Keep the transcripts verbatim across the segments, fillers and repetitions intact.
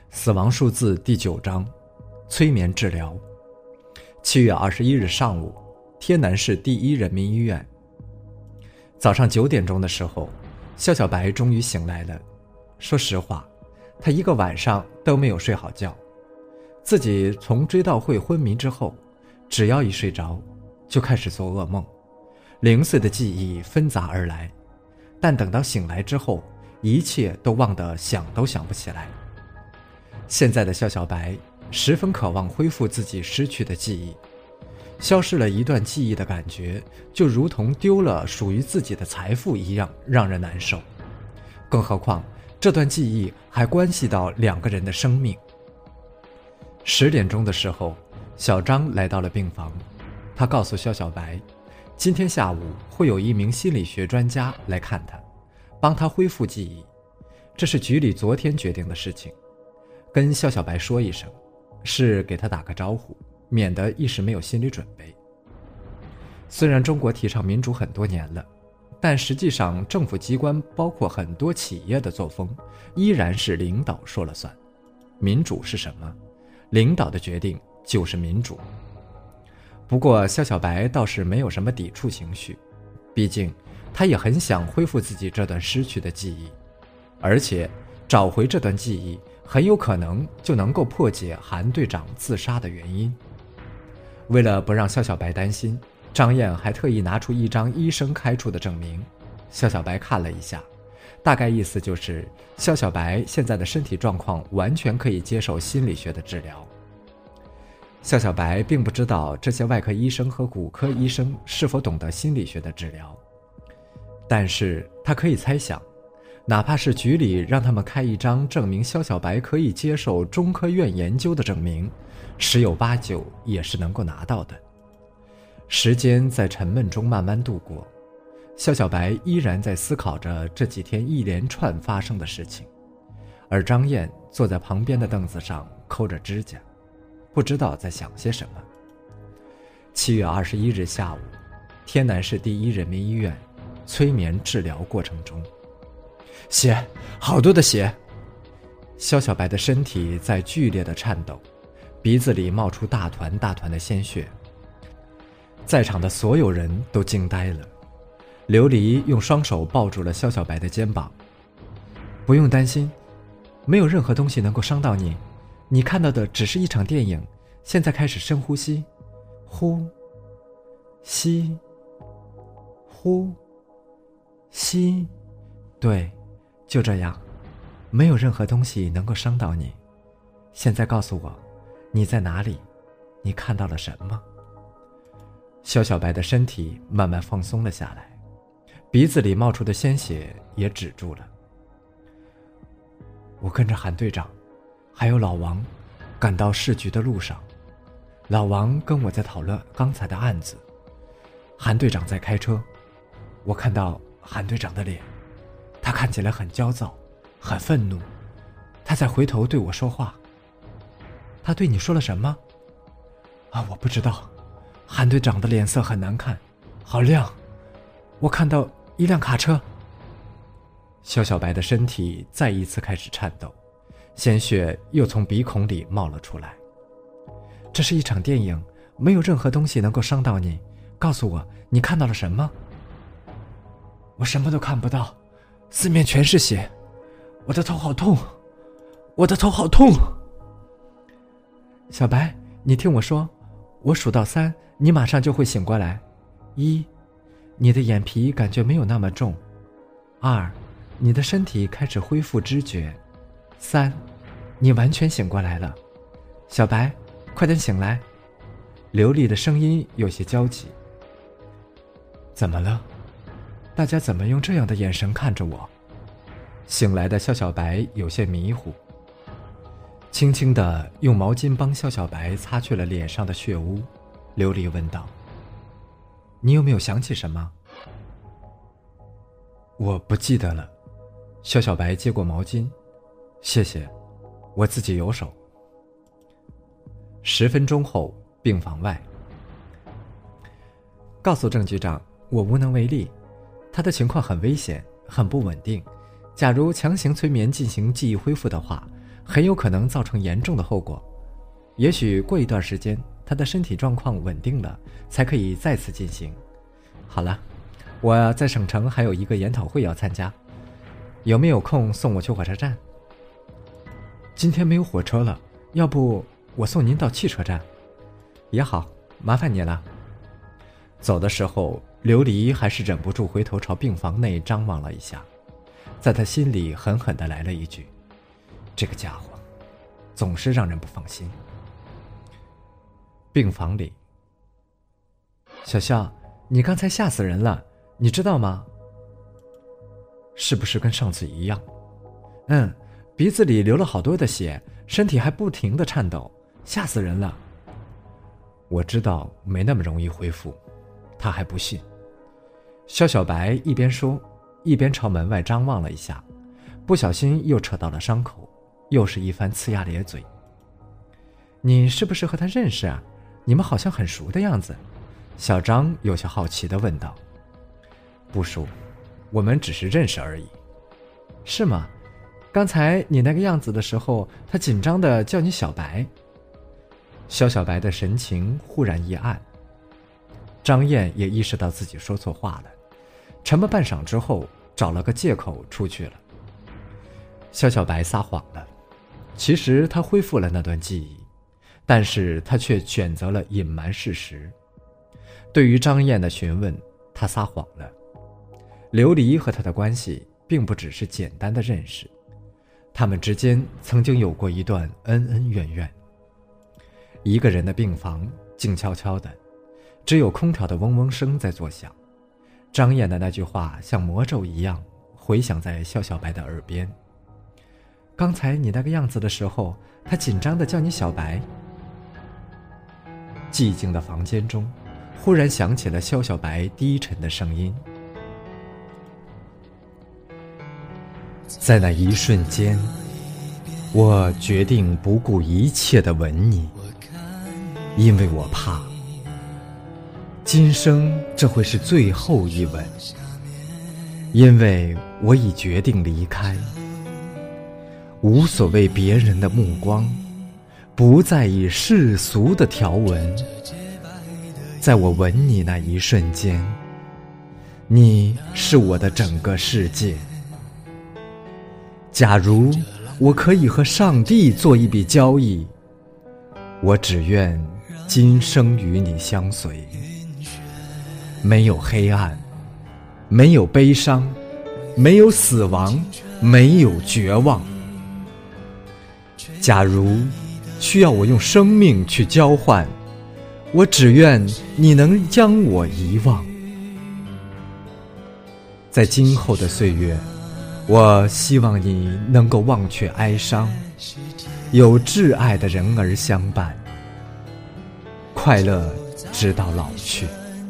死亡数字第九章，催眠治疗。七月二十一日上午，天南市第一人民医院。早上九点钟的时候，肖小白终于醒来了。说实话，他一个晚上都没有睡好觉。自己从追悼会昏迷之后，只要一睡着，就开始做噩梦，零碎的记忆纷杂而来。但等到醒来之后，一切都忘得想都想不起来。现在的肖小白十分渴望恢复自己失去的记忆，消失了一段记忆的感觉，就如同丢了属于自己的财富一样，让人难受。更何况这段记忆还关系到两个人的生命。十点钟的时候，小张来到了病房，他告诉肖小白，今天下午会有一名心理学专家来看他，帮他恢复记忆，这是局里昨天决定的事情。跟肖小白说一声，是给他打个招呼，免得一时没有心理准备。虽然中国提倡民主很多年了，但实际上政府机关包括很多企业的作风依然是领导说了算。民主是什么？领导的决定就是民主。不过肖小白倒是没有什么抵触情绪，毕竟他也很想恢复自己这段失去的记忆，而且找回这段记忆很有可能就能够破解韩队长自杀的原因。为了不让肖小白担心，张燕还特意拿出一张医生开出的证明。肖小白看了一下，大概意思就是肖小白现在的身体状况完全可以接受心理学的治疗。肖小白并不知道这些外科医生和骨科医生是否懂得心理学的治疗，但是他可以猜想，哪怕是局里让他们开一张证明肖小白可以接受中科院研究的证明，十有八九也是能够拿到的。时间在沉闷中慢慢度过，肖小白依然在思考着这几天一连串发生的事情，而张燕坐在旁边的凳子上抠着指甲，不知道在想些什么。七月二十一日下午，天南市第一人民医院催眠治疗过程中，血，好多的血。肖小白的身体在剧烈的颤抖，鼻子里冒出大团大团的鲜血。在场的所有人都惊呆了。琉璃用双手抱住了肖小白的肩膀，不用担心，没有任何东西能够伤到你，你看到的只是一场电影，现在开始深呼吸，呼吸呼吸，对，就这样，没有任何东西能够伤到你。现在告诉我，你在哪里？你看到了什么？肖小白的身体慢慢放松了下来，鼻子里冒出的鲜血也止住了。我跟着韩队长还有老王赶到市局的路上，老王跟我在讨论刚才的案子，韩队长在开车，我看到韩队长的脸，他看起来很焦躁，很愤怒，他在回头对我说话。他对你说了什么？啊，我不知道。韩队长的脸色很难看，好亮，我看到一辆卡车。肖小白的身体再一次开始颤抖，鲜血又从鼻孔里冒了出来。这是一场电影，没有任何东西能够伤到你，告诉我，你看到了什么？我什么都看不到，四面全是血，我的头好痛，我的头好痛。小白，你听我说，我数到三，你马上就会醒过来。一，你的眼皮感觉没有那么重。二，你的身体开始恢复知觉。三，你完全醒过来了。小白，快点醒来。刘丽的声音有些焦急。怎么了？大家怎么用这样的眼神看着我？醒来的肖小白有些迷糊，轻轻地用毛巾帮肖小白擦去了脸上的血污。琉璃问道，你有没有想起什么？我不记得了。肖小白接过毛巾，谢谢，我自己有手。十分钟后，病房外，告诉郑局长，我无能为力，他的情况很危险，很不稳定，假如强行催眠进行记忆恢复的话， 很有可能造成严重的后果。也许过一段时间他的身体状况稳定了，才可以再次进行。好了，我在省城还有一个研讨会要参加，有没有空送我去火车站？今天没有火车了，要不我送您到汽车站？也好，麻烦你了。走的时候，琉璃还是忍不住回头朝病房内张望了一下，在他心里狠狠地来了一句：这个家伙总是让人不放心。病房里，小笑，你刚才吓死人了，你知道吗？是不是跟上次一样？嗯，鼻子里流了好多的血，身体还不停地颤抖，吓死人了。我知道没那么容易恢复，他还不信。肖小白一边说，一边朝门外张望了一下，不小心又扯到了伤口，又是一番呲牙咧嘴。你是不是和他认识啊？你们好像很熟的样子。小张有些好奇地问道。不熟，我们只是认识而已。是吗？刚才你那个样子的时候，他紧张地叫你小白。肖小白的神情忽然一暗。张燕也意识到自己说错话了，沉默半晌之后，找了个借口出去了。肖小白撒谎了，其实他恢复了那段记忆，但是他却选择了隐瞒事实。对于张燕的询问，他撒谎了。琉璃和他的关系并不只是简单的认识，他们之间曾经有过一段恩恩怨怨。一个人的病房静悄悄的，只有空调的嗡嗡声在作响。张燕的那句话像魔咒一样回响在肖小白的耳边。刚才你那个样子的时候，他紧张地叫你小白。寂静的房间中，忽然响起了肖小白低沉的声音。在那一瞬间，我决定不顾一切地吻你，因为我怕今生这会是最后一吻，因为我已决定离开，无所谓别人的目光，不在意世俗的条文。在我吻你那一瞬间，你是我的整个世界。假如我可以和上帝做一笔交易，我只愿今生与你相随，没有黑暗，没有悲伤，没有死亡，没有绝望。假如需要我用生命去交换，我只愿你能将我遗忘。在今后的岁月，我希望你能够忘却哀伤，有挚爱的人儿相伴，快乐直到老去。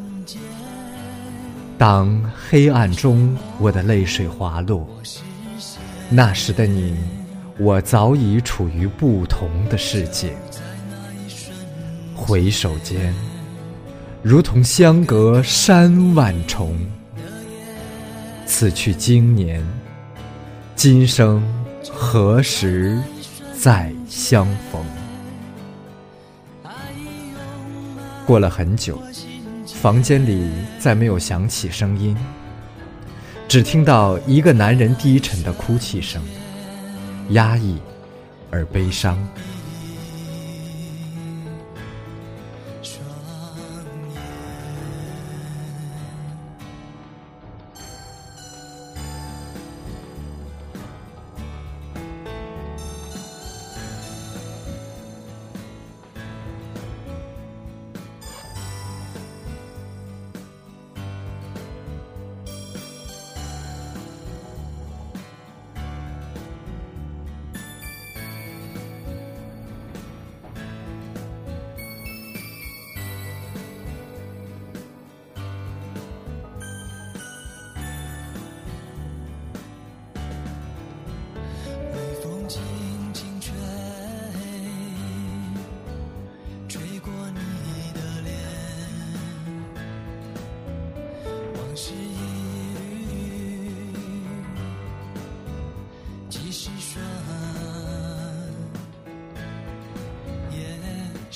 当黑暗中我的泪水滑落，那时的你，我早已处于不同的世界。回首间，如同相隔山万重。此去经年，今生何时再相逢？过了很久，房间里再没有响起声音，只听到一个男人低沉的哭泣声，压抑而悲伤。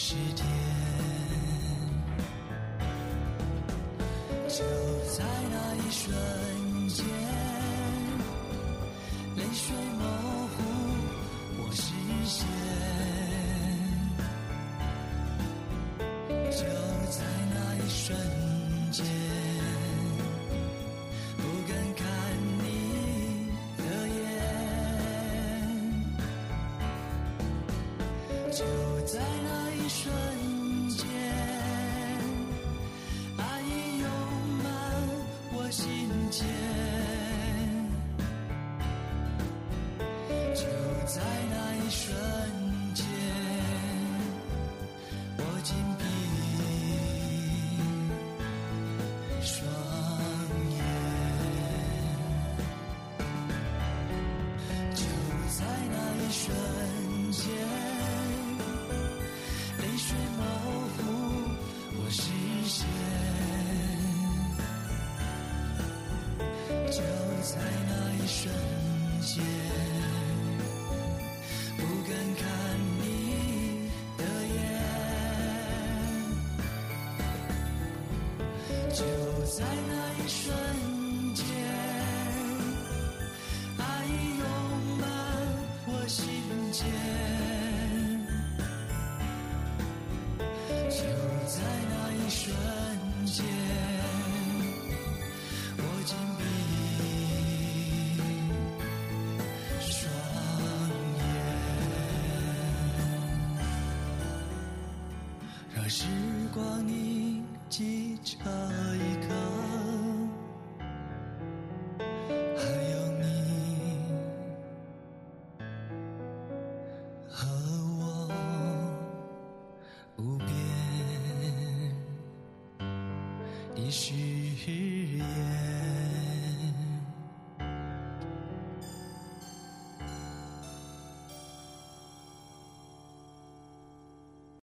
时间，就在那一瞬间，泪水模糊我视线，就在那一瞬间，不敢看你的眼，就在那一瞬间，爱已涌满我心间，就在那一瞬间，我紧闭双眼，就在那一瞬间，泪水模糊我视线，就在那一瞬间，不敢看你的眼，就在那一瞬间，爱已涌满我心间，就在那一瞬间，我紧闭双眼，让时光凝记这一刻，还有你和我无边的时